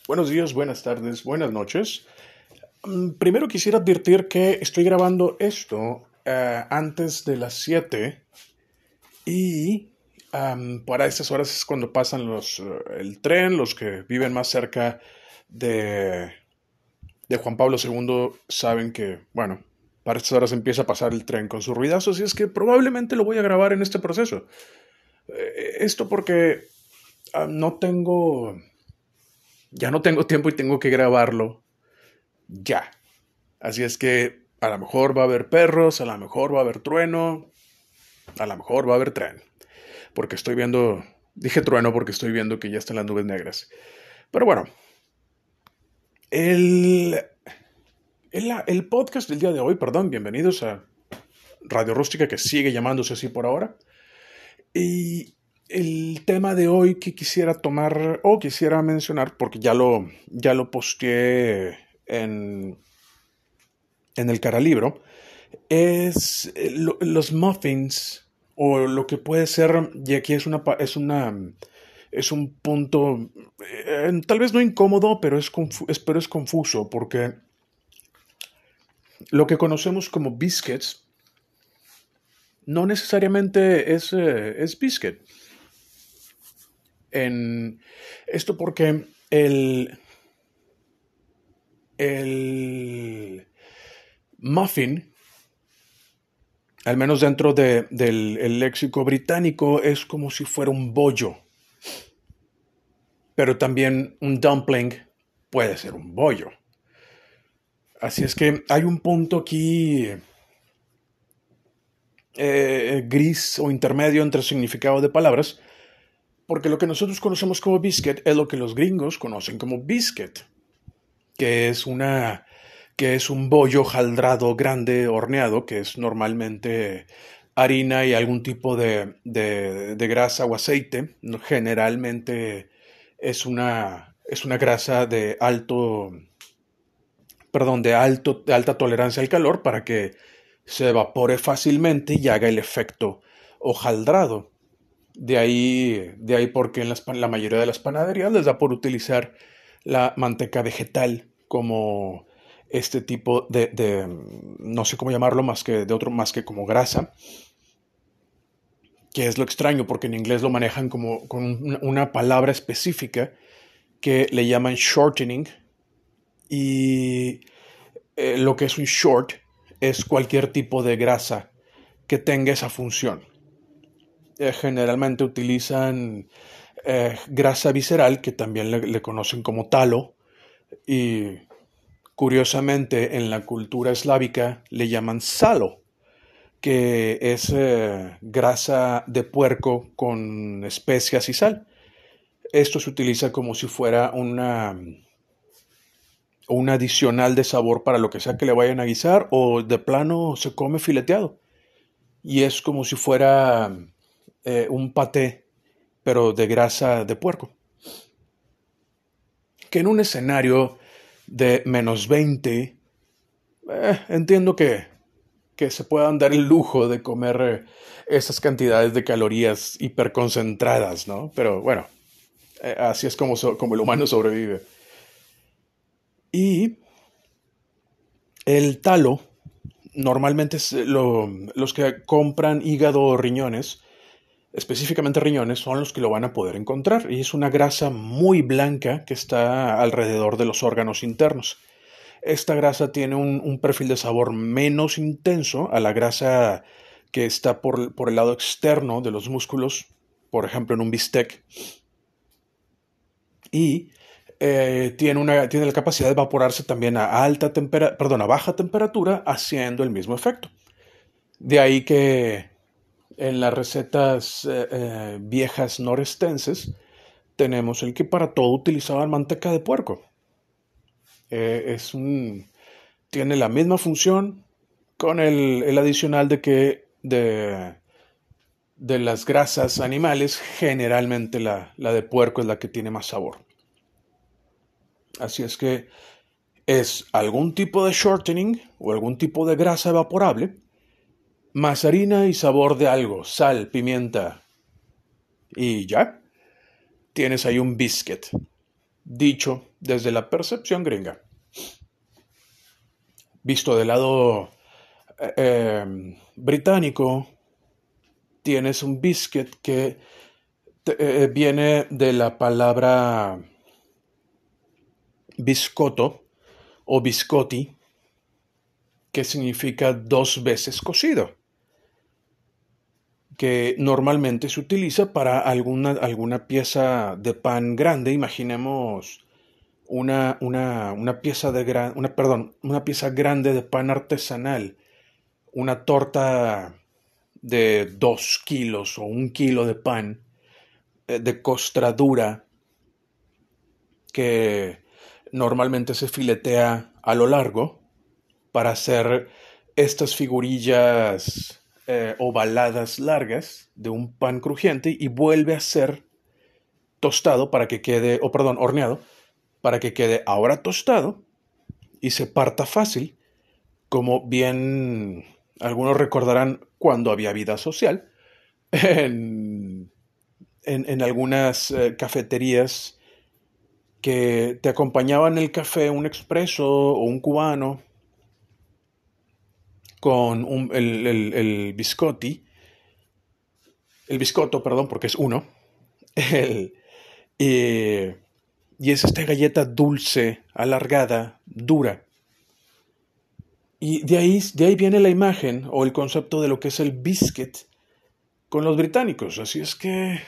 Buenos días, buenas tardes, buenas noches. Primero quisiera advertir que estoy grabando esto antes de las 7 y para estas horas es cuando pasan el tren. Los que viven más cerca de, de Juan Pablo II saben que, bueno, para estas horas empieza a pasar el tren con sus ruidazos y es que probablemente lo voy a grabar en este proceso. Esto porque no tengo, ya no tengo tiempo y tengo que grabarlo ya. Así es que a lo mejor va a haber perros, a lo mejor va a haber trueno, a lo mejor va a haber tren. Porque estoy viendo, dije trueno porque estoy viendo que ya están las nubes negras. Pero bueno, el, el podcast del día de hoy, perdón, bienvenidos a Radio Rústica, que sigue llamándose así por ahora. Y el tema de hoy que quisiera tomar o quisiera mencionar, porque ya lo posteé en el Caralibro, es los muffins o lo que puede ser, y aquí es un punto tal vez no incómodo, pero pero es confuso, porque lo que conocemos como biscuits no necesariamente es biscuit. Esto porque el muffin, al menos dentro del léxico británico, es como si fuera un bollo. Pero también un dumpling puede ser un bollo. Así es que hay un punto aquí gris o intermedio entre significado de palabras, porque lo que nosotros conocemos como biscuit es lo que los gringos conocen como biscuit, que es que es un bollo jaldrado grande horneado, que es normalmente harina y algún tipo de grasa o aceite. Generalmente es una grasa de alta tolerancia al calor para que se evapore fácilmente y haga el efecto hojaldrado. De ahí porque en la mayoría de las panaderías les da por utilizar la manteca vegetal como este tipo no sé cómo llamarlo más que como grasa, que es lo extraño porque en inglés lo manejan como con una palabra específica que le llaman shortening. Y lo que es un short es cualquier tipo de grasa que tenga esa función. Generalmente utilizan grasa visceral, que también le conocen como talo, y curiosamente en la cultura eslávica le llaman salo, que es grasa de puerco con especias y sal. Esto se utiliza como si fuera un adicional de sabor para lo que sea que le vayan a guisar, o de plano se come fileteado. Y es como si fuera un paté, pero de grasa de puerco. Que en un escenario de -20, entiendo que se puedan dar el lujo de comer esas cantidades de calorías hiperconcentradas, ¿no? Pero bueno, así es como el humano sobrevive. Y el talo, normalmente los que compran hígado o riñones, específicamente riñones, son los que lo van a poder encontrar. Y es una grasa muy blanca que está alrededor de los órganos internos. Esta grasa tiene un perfil de sabor menos intenso a la grasa que está por el lado externo de los músculos, por ejemplo en un bistec. Y tiene la capacidad de evaporarse también a baja temperatura, haciendo el mismo efecto. De ahí que en las recetas viejas norestenses tenemos el que para todo utilizaban manteca de puerco. Tiene la misma función con el adicional de las grasas animales. Generalmente la de puerco es la que tiene más sabor. Así es que es algún tipo de shortening o algún tipo de grasa evaporable, más harina y sabor de algo, sal, pimienta, y ya tienes ahí un biscuit. Dicho desde la percepción gringa. Visto del lado británico, tienes un biscuit que viene de la palabra biscotto o biscotti, que significa 2 veces cocido, que normalmente se utiliza para alguna pieza de pan grande. Imaginemos una pieza una pieza grande de pan artesanal, una torta de 2 kilos o 1 kilo de pan de costra dura que normalmente se filetea a lo largo para hacer estas figurillas ovaladas largas de un pan crujiente y vuelve a ser tostado para que quede, o perdón, horneado, para que quede ahora tostado y se parta fácil, como bien algunos recordarán cuando había vida social, en, en algunas cafeterías que te acompañaban el café, un expreso o un cubano, con el biscotti, el biscotto, perdón, porque es uno, el, y es esta galleta dulce, alargada, dura. Y de ahí viene la imagen o el concepto de lo que es el biscuit con los británicos. Así es que,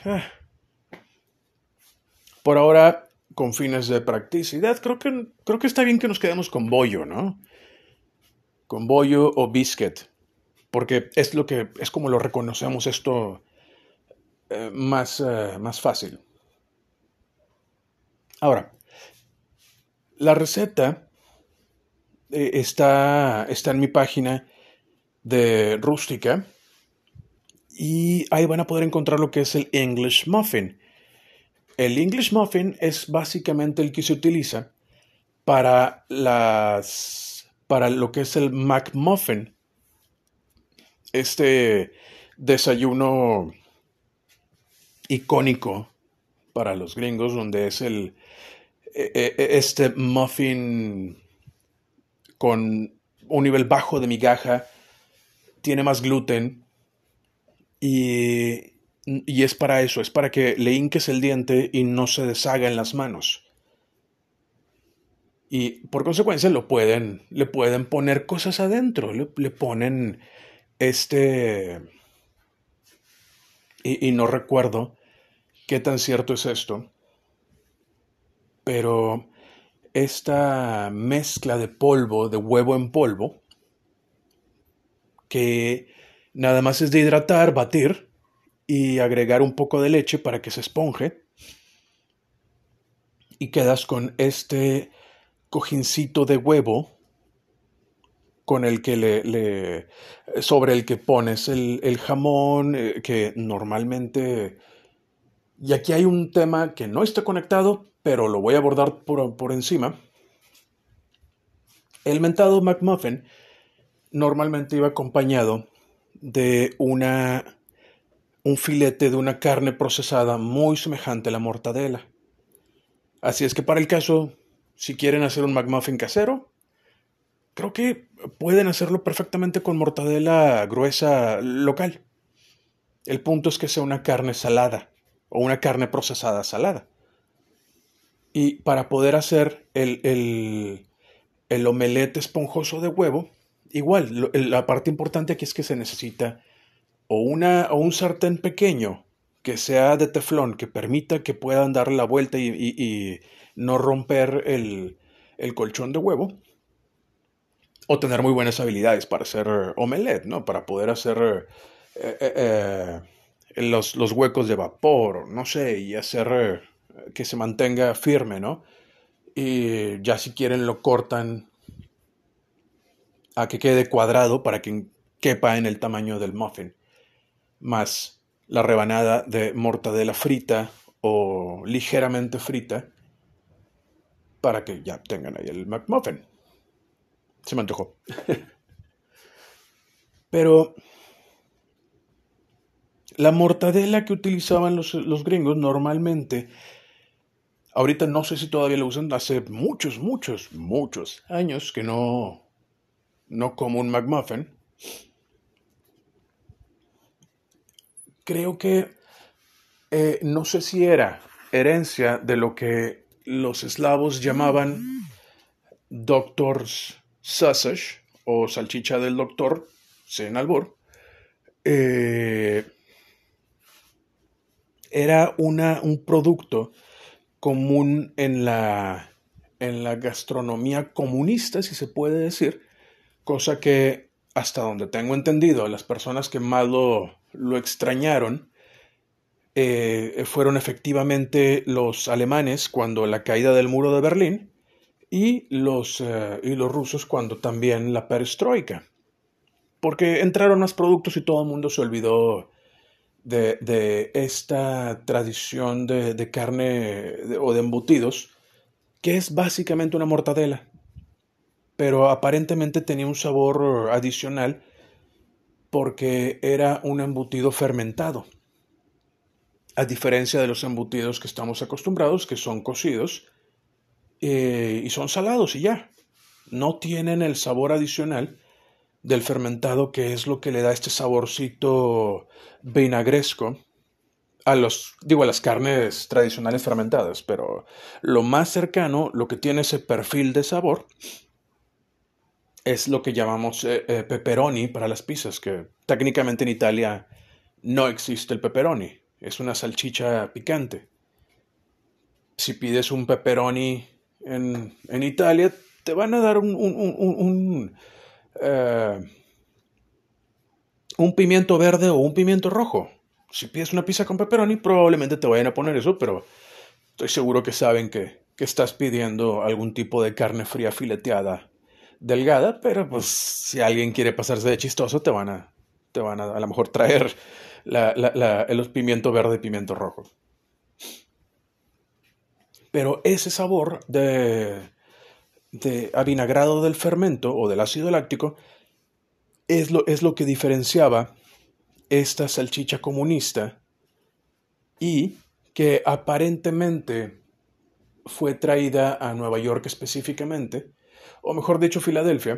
por ahora, con fines de practicidad, creo que está bien que nos quedemos con bollo, ¿no? Con bollo o biscuit, porque es como lo reconocemos esto más fácil. Ahora, la receta está en mi página de Rústica y ahí van a poder encontrar lo que es el English Muffin. El English Muffin es básicamente el que se utiliza para lo que es el McMuffin, este desayuno icónico para los gringos, donde es este muffin con un nivel bajo de migaja, tiene más gluten y es para eso, es para que le hinques el diente y no se deshaga en las manos. Y por consecuencia le pueden poner cosas adentro, le ponen este... Y no recuerdo qué tan cierto es esto, pero esta mezcla de polvo, de huevo en polvo, que nada más es de hidratar, batir y agregar un poco de leche para que se esponje, y quedas con este cojincito de huevo con el que sobre el que pones el jamón, que normalmente, y aquí hay un tema que no está conectado, pero lo voy a abordar por encima. El mentado McMuffin normalmente iba acompañado de un filete de una carne procesada muy semejante a la mortadela. Así es que para el caso, si quieren hacer un McMuffin casero, creo que pueden hacerlo perfectamente con mortadela gruesa local. El punto es que sea una carne salada o una carne procesada salada. Y para poder hacer el omelette esponjoso de huevo, igual, la parte importante aquí es que se necesita o un sartén pequeño que sea de teflón, que permita que puedan darle la vuelta y no romper el colchón de huevo, o tener muy buenas habilidades para hacer omelette, ¿no? Para poder hacer los huecos de vapor, no sé, y hacer que se mantenga firme, ¿no? Y ya si quieren lo cortan a que quede cuadrado para que quepa en el tamaño del muffin, más la rebanada de mortadela frita o ligeramente frita para que ya tengan ahí el McMuffin. Se me antojó. Pero la mortadela que utilizaban los gringos normalmente Ahorita no sé si todavía lo usan, hace muchos, muchos, muchos años que no como un McMuffin. Creo que no sé si era herencia de lo que los eslavos llamaban Doctor's Sausage o salchicha del doctor, sin albur. Eh, Era un producto común en la gastronomía comunista, si se puede decir, cosa que hasta donde tengo entendido, las personas que más lo extrañaron fueron efectivamente los alemanes cuando la caída del muro de Berlín y los rusos cuando también la perestroika. Porque entraron más productos y todo el mundo se olvidó de esta tradición de carne o de embutidos, que es básicamente una mortadela, pero aparentemente tenía un sabor adicional porque era un embutido fermentado, a diferencia de los embutidos que estamos acostumbrados, que son cocidos y son salados y ya. No tienen el sabor adicional del fermentado, que es lo que le da este saborcito vinagresco a las carnes tradicionales fermentadas, pero lo más cercano, lo que tiene ese perfil de sabor, es lo que llamamos pepperoni para las pizzas, que técnicamente en Italia no existe el pepperoni, es una salchicha picante. Si pides un pepperoni en Italia, te van a dar eh, un pimiento verde o un pimiento rojo. Si pides una pizza con pepperoni, probablemente te vayan a poner eso, pero estoy seguro que saben que estás pidiendo algún tipo de carne fría fileteada delgada, pero pues si alguien quiere pasarse de chistoso, te van a lo mejor traer los pimiento verde y pimiento rojo. Pero ese sabor de avinagrado del fermento o del ácido láctico es lo que diferenciaba esta salchicha comunista y que aparentemente fue traída a Nueva York específicamente, o mejor dicho, Filadelfia,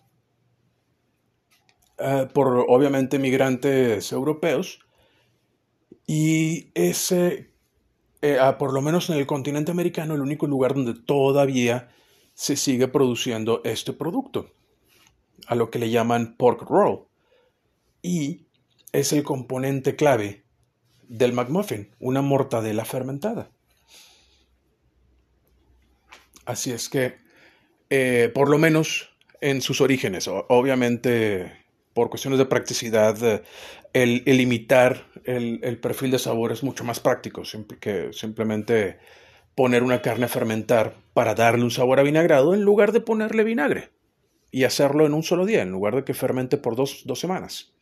por obviamente migrantes europeos, y ese, por lo menos en el continente americano, el único lugar donde todavía se sigue produciendo este producto, a lo que le llaman pork roll, y es el componente clave del McMuffin, una mortadela fermentada. Así es que, por lo menos en sus orígenes, obviamente por cuestiones de practicidad, el imitar el perfil de sabor es mucho más práctico que simplemente poner una carne a fermentar para darle un sabor avinagrado en lugar de ponerle vinagre y hacerlo en un solo día, en lugar de que fermente por dos semanas.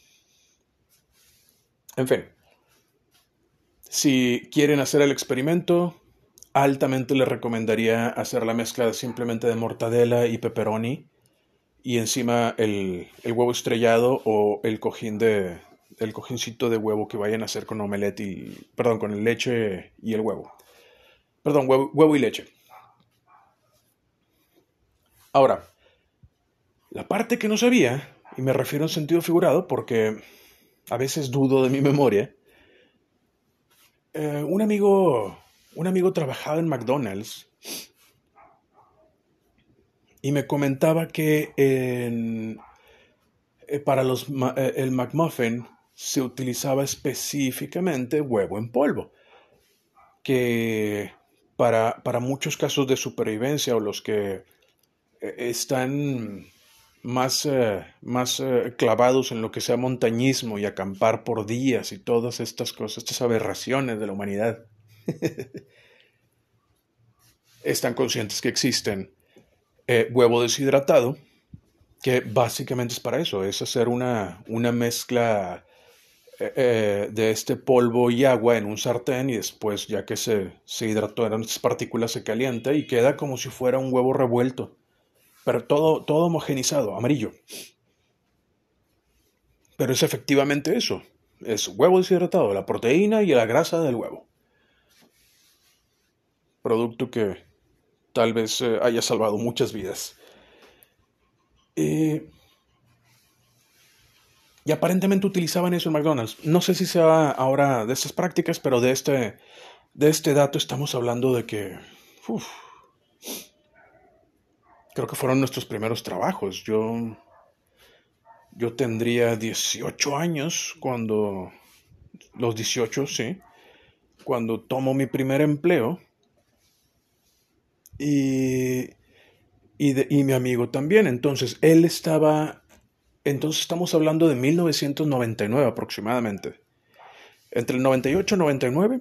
En fin, si quieren hacer el experimento, altamente les recomendaría hacer la mezcla simplemente de mortadela y pepperoni y encima el huevo estrellado o el cojincito de huevo que vayan a hacer con omelette perdón, con el leche y el huevo. Perdón, huevo y leche. Ahora, la parte que no sabía, y me refiero en sentido figurado porque a veces dudo de mi memoria, eh, un amigo, un amigo trabajaba en McDonald's y me comentaba que para el McMuffin se utilizaba específicamente huevo en polvo, que para muchos casos de supervivencia o los que están más clavados en lo que sea montañismo y acampar por días y todas estas cosas, estas aberraciones de la humanidad, están conscientes que existen huevo deshidratado, que básicamente es para eso, es hacer una mezcla de este polvo y agua en un sartén y después, ya que se hidrató en estas partículas, se calienta y queda como si fuera un huevo revuelto, pero todo homogenizado, amarillo. Pero es efectivamente eso, es huevo deshidratado, la proteína y la grasa del huevo. producto que tal vez haya salvado muchas vidas. Eh, y aparentemente utilizaban eso en McDonald's. No sé si sea ahora de estas prácticas, pero de este dato estamos hablando de que uf, creo que fueron nuestros primeros trabajos. Yo tendría 18 años los 18, sí, cuando tomo mi primer empleo y, y mi amigo también. Entonces estamos hablando de 1999 aproximadamente. Entre el 98 y 99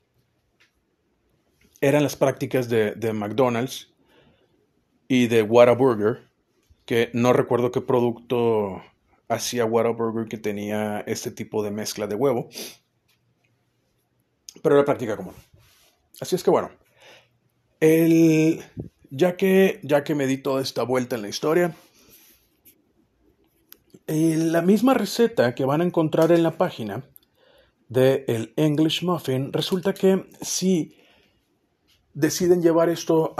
eran las prácticas de McDonald's y de Whataburger, que no recuerdo qué producto hacía Whataburger que tenía este tipo de mezcla de huevo, pero era práctica común. Así es que bueno, el, ya que me di toda esta vuelta en la historia, la misma receta que van a encontrar en la página del English Muffin, resulta que si deciden llevar esto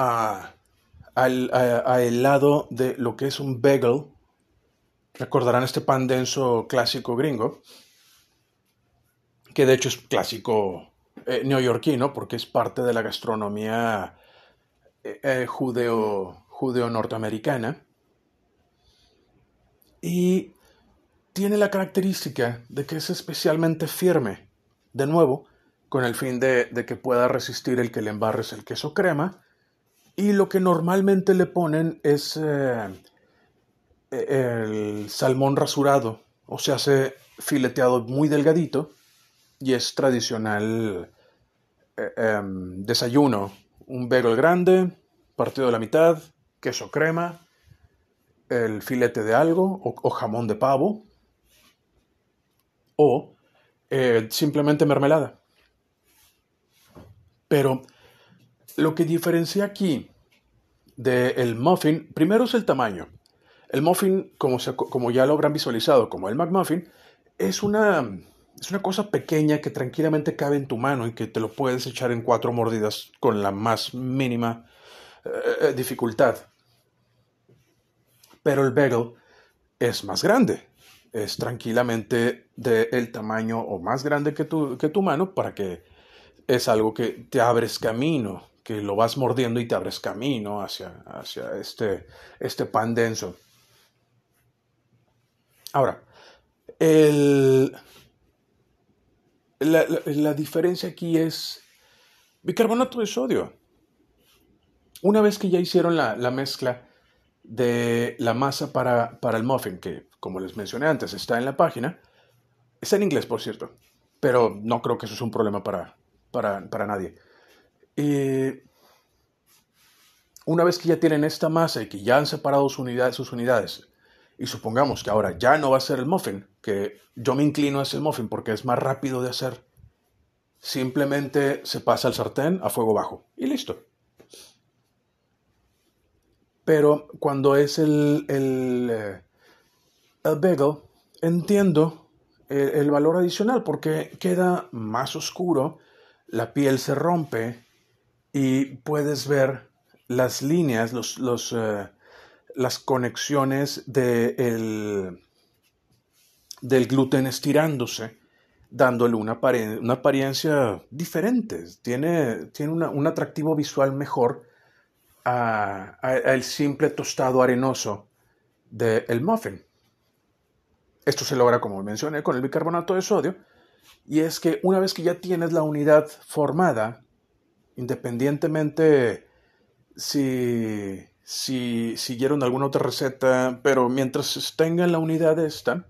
a el lado de lo que es un bagel, recordarán este pan denso clásico gringo, que de hecho es clásico neoyorquino porque es parte de la gastronomía judeo-norteamericana. Y tiene la característica de que es especialmente firme, de nuevo, con el fin de que pueda resistir el que le embarres el queso crema. Y lo que normalmente le ponen es el salmón rasurado, o se hace fileteado muy delgadito y es tradicional desayuno. Un bagel grande, partido a la mitad, queso crema, el filete de algo o jamón de pavo o simplemente mermelada. Pero lo que diferencia aquí del muffin, primero es el tamaño. El muffin, como ya lo habrán visualizado, como el McMuffin, es una cosa pequeña que tranquilamente cabe en tu mano y que te lo puedes echar en 4 mordidas con la más mínima dificultad. Pero el bagel es más grande. Es tranquilamente del tamaño o más grande que tu mano para que es algo que te abres camino, que lo vas mordiendo y te abres camino hacia este pan denso. Ahora, la diferencia aquí es bicarbonato de sodio. Una vez que ya hicieron la mezcla de la masa para el muffin, que como les mencioné antes, está en la página, está en inglés, por cierto, pero no creo que eso es un problema para nadie. Y una vez que ya tienen esta masa y que ya han separado sus unidades, y supongamos que ahora ya no va a ser el muffin, que yo me inclino hacia el muffin porque es más rápido de hacer, simplemente se pasa al sartén a fuego bajo y listo. Pero cuando es el bagel, entiendo el valor adicional porque queda más oscuro, la piel se rompe y puedes ver las líneas, las conexiones del gluten estirándose, dándole una apariencia diferente. Tiene un atractivo visual mejor al simple tostado arenoso del muffin. Esto se logra, como mencioné, con el bicarbonato de sodio. Y es que una vez que ya tienes la unidad formada, independientemente si siguieron alguna otra receta, pero mientras tengan la unidad esta,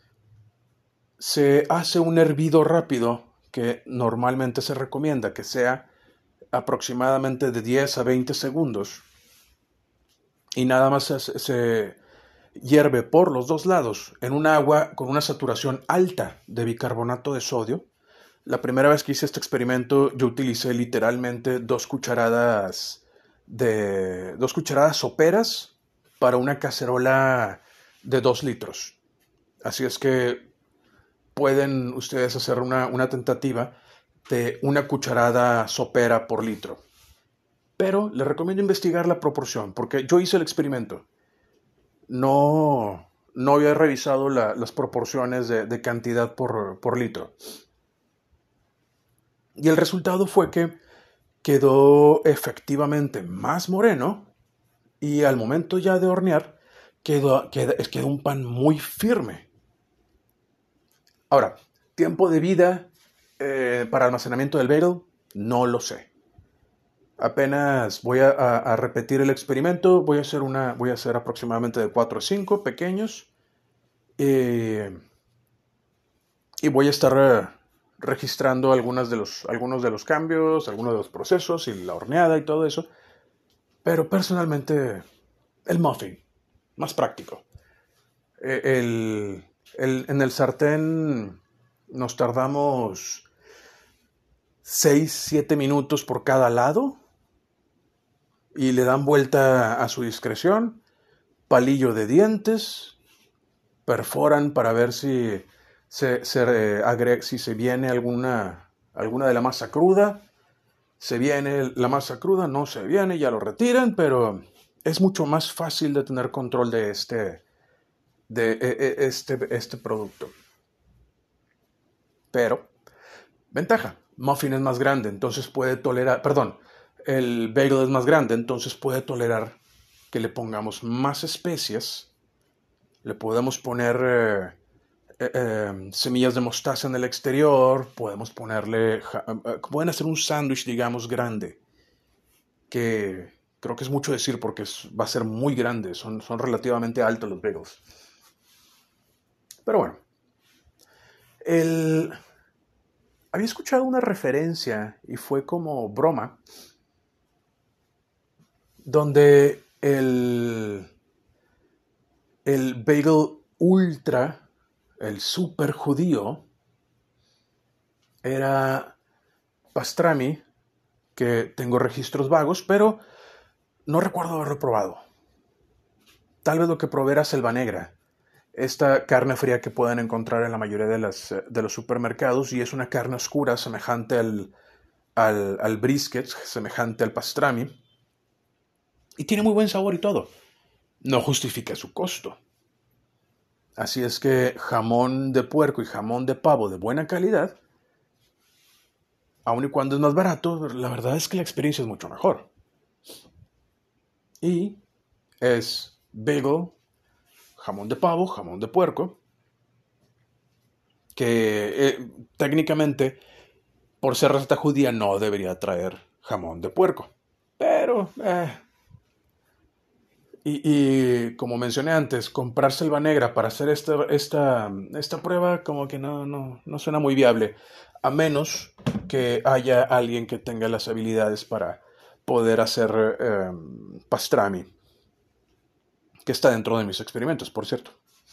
se hace un hervido rápido que normalmente se recomienda que sea aproximadamente de 10 a 20 segundos y nada más se hierve por los dos lados en un agua con una saturación alta de bicarbonato de sodio. La primera vez que hice este experimento yo utilicé literalmente 2 cucharadas soperas para una cacerola de 2 litros. Así es que pueden ustedes hacer una tentativa de 1 cucharada sopera por litro. Pero le recomiendo investigar la proporción, porque yo hice el experimento. No había revisado las proporciones de cantidad por litro. Y el resultado fue que quedó efectivamente más moreno y al momento ya de hornear quedó un pan muy firme. Ahora, tiempo de vida para almacenamiento del bagel, no lo sé. Apenas voy a repetir el experimento, voy a hacer aproximadamente de 4 a 5 pequeños y voy a estar registrando algunos de los cambios, algunos de los procesos y la horneada y todo eso. Pero personalmente, el muffin, más práctico. En el sartén nos tardamos 6-7 minutos por cada lado y le dan vuelta a su discreción, palillo de dientes, perforan para ver si se viene alguna de la masa cruda. Se viene la masa cruda, no se viene, ya lo retiran, pero es mucho más fácil de tener control de este producto. Pero, ventaja, muffin es más grande, entonces puede tolerar, el bagel es más grande, entonces puede tolerar que le pongamos más especias, le podemos poner semillas de mostaza en el exterior, podemos ponerle, pueden hacer un sándwich, digamos, grande, que creo que es mucho decir porque va a ser muy grande, son relativamente altos los bagels. Pero bueno, había escuchado una referencia y fue como broma, donde el bagel ultra, el super judío, era pastrami, que tengo registros vagos, pero no recuerdo haberlo probado. Tal vez lo que probé era selva negra, esta carne fría que pueden encontrar en la mayoría de los supermercados, y es una carne oscura semejante al brisket, semejante al pastrami, y tiene muy buen sabor y todo. No justifica su costo. Así es que jamón de puerco y jamón de pavo de buena calidad, aun y cuando es más barato, la verdad es que la experiencia es mucho mejor. Y es bagel, jamón de pavo, jamón de puerco, que técnicamente, por ser receta judía, no debería traer jamón de puerco. Pero, y como mencioné antes, comprar selva negra para hacer esta prueba como que no suena muy viable, a menos que haya alguien que tenga las habilidades para poder hacer pastrami, que está dentro de mis experimentos, por cierto.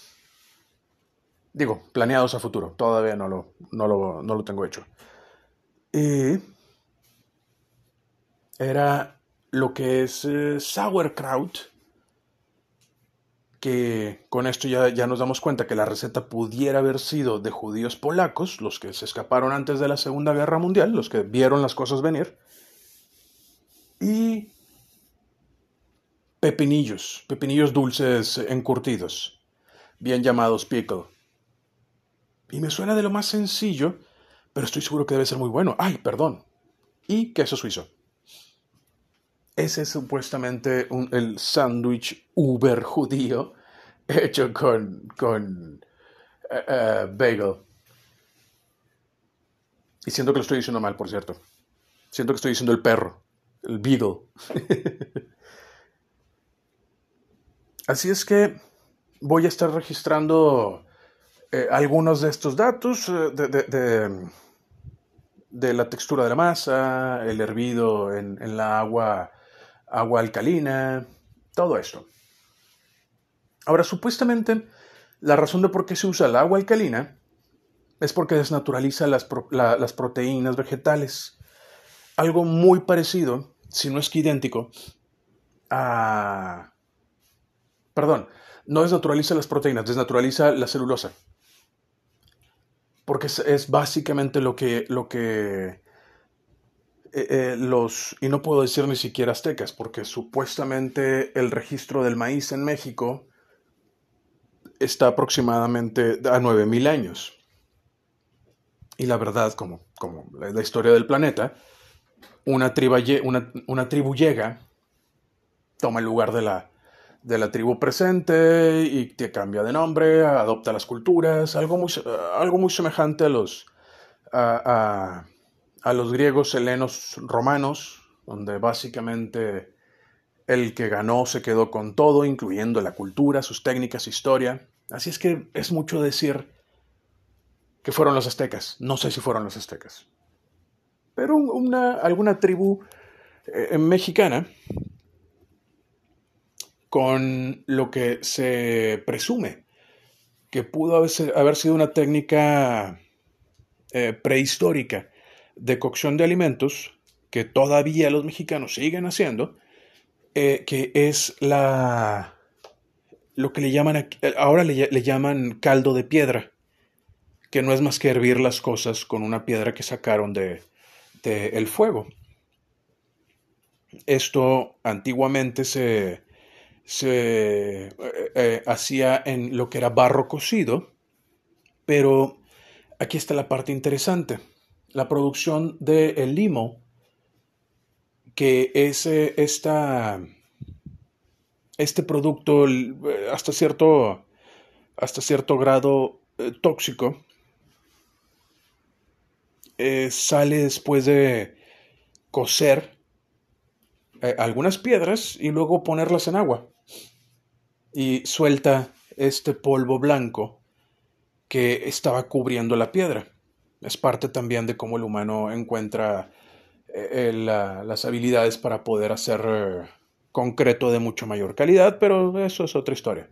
Digo, planeados a futuro, todavía no lo tengo hecho. Y era lo que es sauerkraut, que con esto ya nos damos cuenta que la receta pudiera haber sido de judíos polacos, los que se escaparon antes de la Segunda Guerra Mundial, los que vieron las cosas venir, y pepinillos dulces encurtidos, bien llamados pickle. Y me suena de lo más sencillo, pero estoy seguro que debe ser muy bueno. ¡Ay, perdón! Y queso suizo. Ese es supuestamente el sándwich uber judío hecho con bagel. Y siento que lo estoy diciendo mal, por cierto. Siento que estoy diciendo el perro, el beagle. Así es que voy a estar registrando algunos de estos datos de la textura de la masa, el hervido en la agua alcalina, todo esto. Ahora, supuestamente, la razón de por qué se usa el agua alcalina es porque desnaturaliza las proteínas vegetales. Algo muy parecido, si no es que idéntico, a... Perdón, no desnaturaliza las proteínas, desnaturaliza la celulosa. Porque es básicamente lo que y no puedo decir ni siquiera aztecas, porque supuestamente el registro del maíz en México está aproximadamente a 9.000 años. Y la verdad, como la historia del planeta, una tribu llega, toma el lugar de la tribu presente y te cambia de nombre, adopta las culturas, algo muy semejante a los griegos, helenos, romanos, donde básicamente el que ganó se quedó con todo, incluyendo la cultura, sus técnicas, historia. Así es que es mucho decir que fueron los aztecas. No sé si fueron los aztecas. Pero alguna tribu mexicana con lo que se presume que pudo haber sido una técnica prehistórica de cocción de alimentos que todavía los mexicanos siguen haciendo, que es lo que le llaman, ahora le llaman caldo de piedra, que no es más que hervir las cosas con una piedra que sacaron de el fuego. Esto antiguamente se hacía en lo que era barro cocido, pero aquí está la parte interesante. La producción del limo, que es este producto hasta cierto grado tóxico, sale después de cocer algunas piedras y luego ponerlas en agua. Y suelta este polvo blanco que estaba cubriendo la piedra. Es parte también de cómo el humano encuentra las habilidades para poder hacer concreto de mucho mayor calidad, pero eso es otra historia.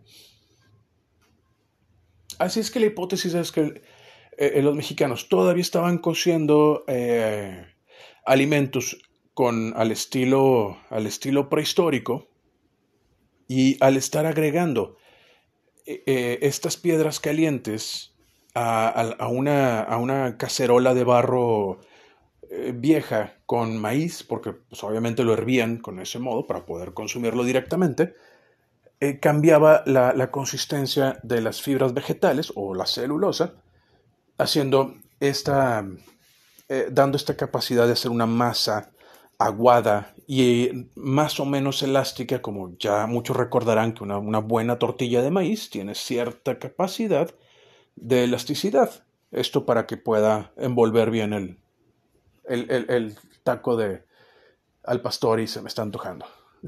Así es que la hipótesis es que los mexicanos todavía estaban cociendo alimentos al estilo prehistórico, y al estar agregando estas piedras calientes a una cacerola de barro vieja con maíz, porque pues, obviamente lo hervían con ese modo para poder consumirlo directamente, cambiaba la consistencia de las fibras vegetales o la celulosa, haciendo dando esta capacidad de hacer una masa aguada y más o menos elástica, como ya muchos recordarán que una buena tortilla de maíz tiene cierta capacidad de elasticidad. Esto para que pueda envolver bien el taco al pastor y se me está antojando.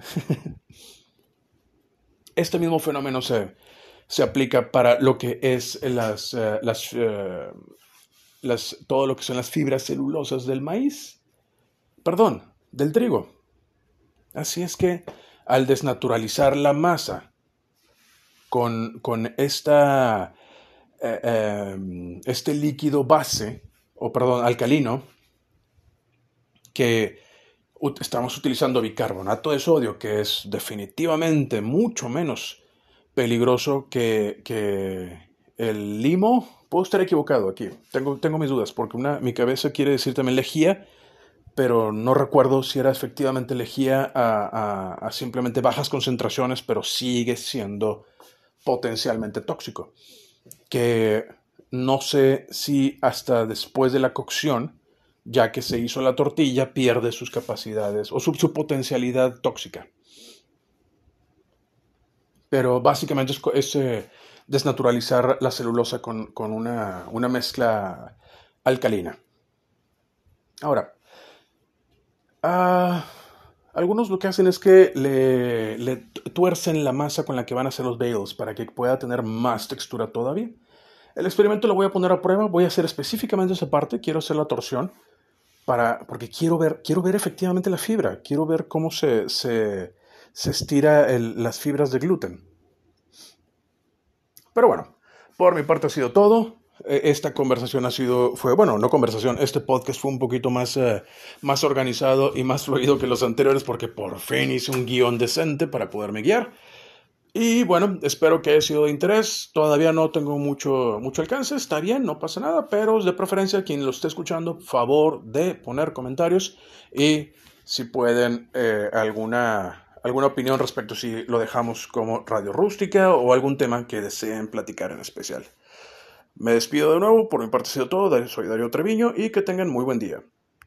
Este mismo fenómeno se aplica para lo que es todo lo que son las fibras celulosas del maíz. Perdón, del trigo. Así es que al desnaturalizar la masa con este líquido base, alcalino, que estamos utilizando bicarbonato de sodio, que es definitivamente mucho menos peligroso que el limo. Puedo estar equivocado aquí, tengo mis dudas, porque mi cabeza quiere decir también lejía, pero no recuerdo si era efectivamente lejía a simplemente bajas concentraciones, pero sigue siendo potencialmente tóxico. Que no sé si hasta después de la cocción, ya que se hizo la tortilla, pierde sus capacidades o su potencialidad tóxica. Pero básicamente es desnaturalizar la celulosa con una mezcla alcalina. Ahora, algunos lo que hacen es que le tuercen la masa con la que van a hacer los bagels para que pueda tener más textura todavía. El experimento lo voy a poner a prueba, voy a hacer específicamente esa parte, quiero hacer la torsión, porque quiero ver efectivamente la fibra, quiero ver cómo se estira las fibras de gluten. Pero bueno, por mi parte ha sido todo. Esta conversación este podcast fue un poquito más organizado y más fluido que los anteriores, porque por fin hice un guión decente para poderme guiar. Y bueno, espero que haya sido de interés. Todavía no tengo mucho alcance, está bien, no pasa nada, pero de preferencia quien lo esté escuchando, favor de poner comentarios y si pueden alguna opinión respecto si lo dejamos como Radio Rústica o algún tema que deseen platicar en especial. Me despido de nuevo, por mi parte ha sido todo, soy Darío Treviño y que tengan muy buen día.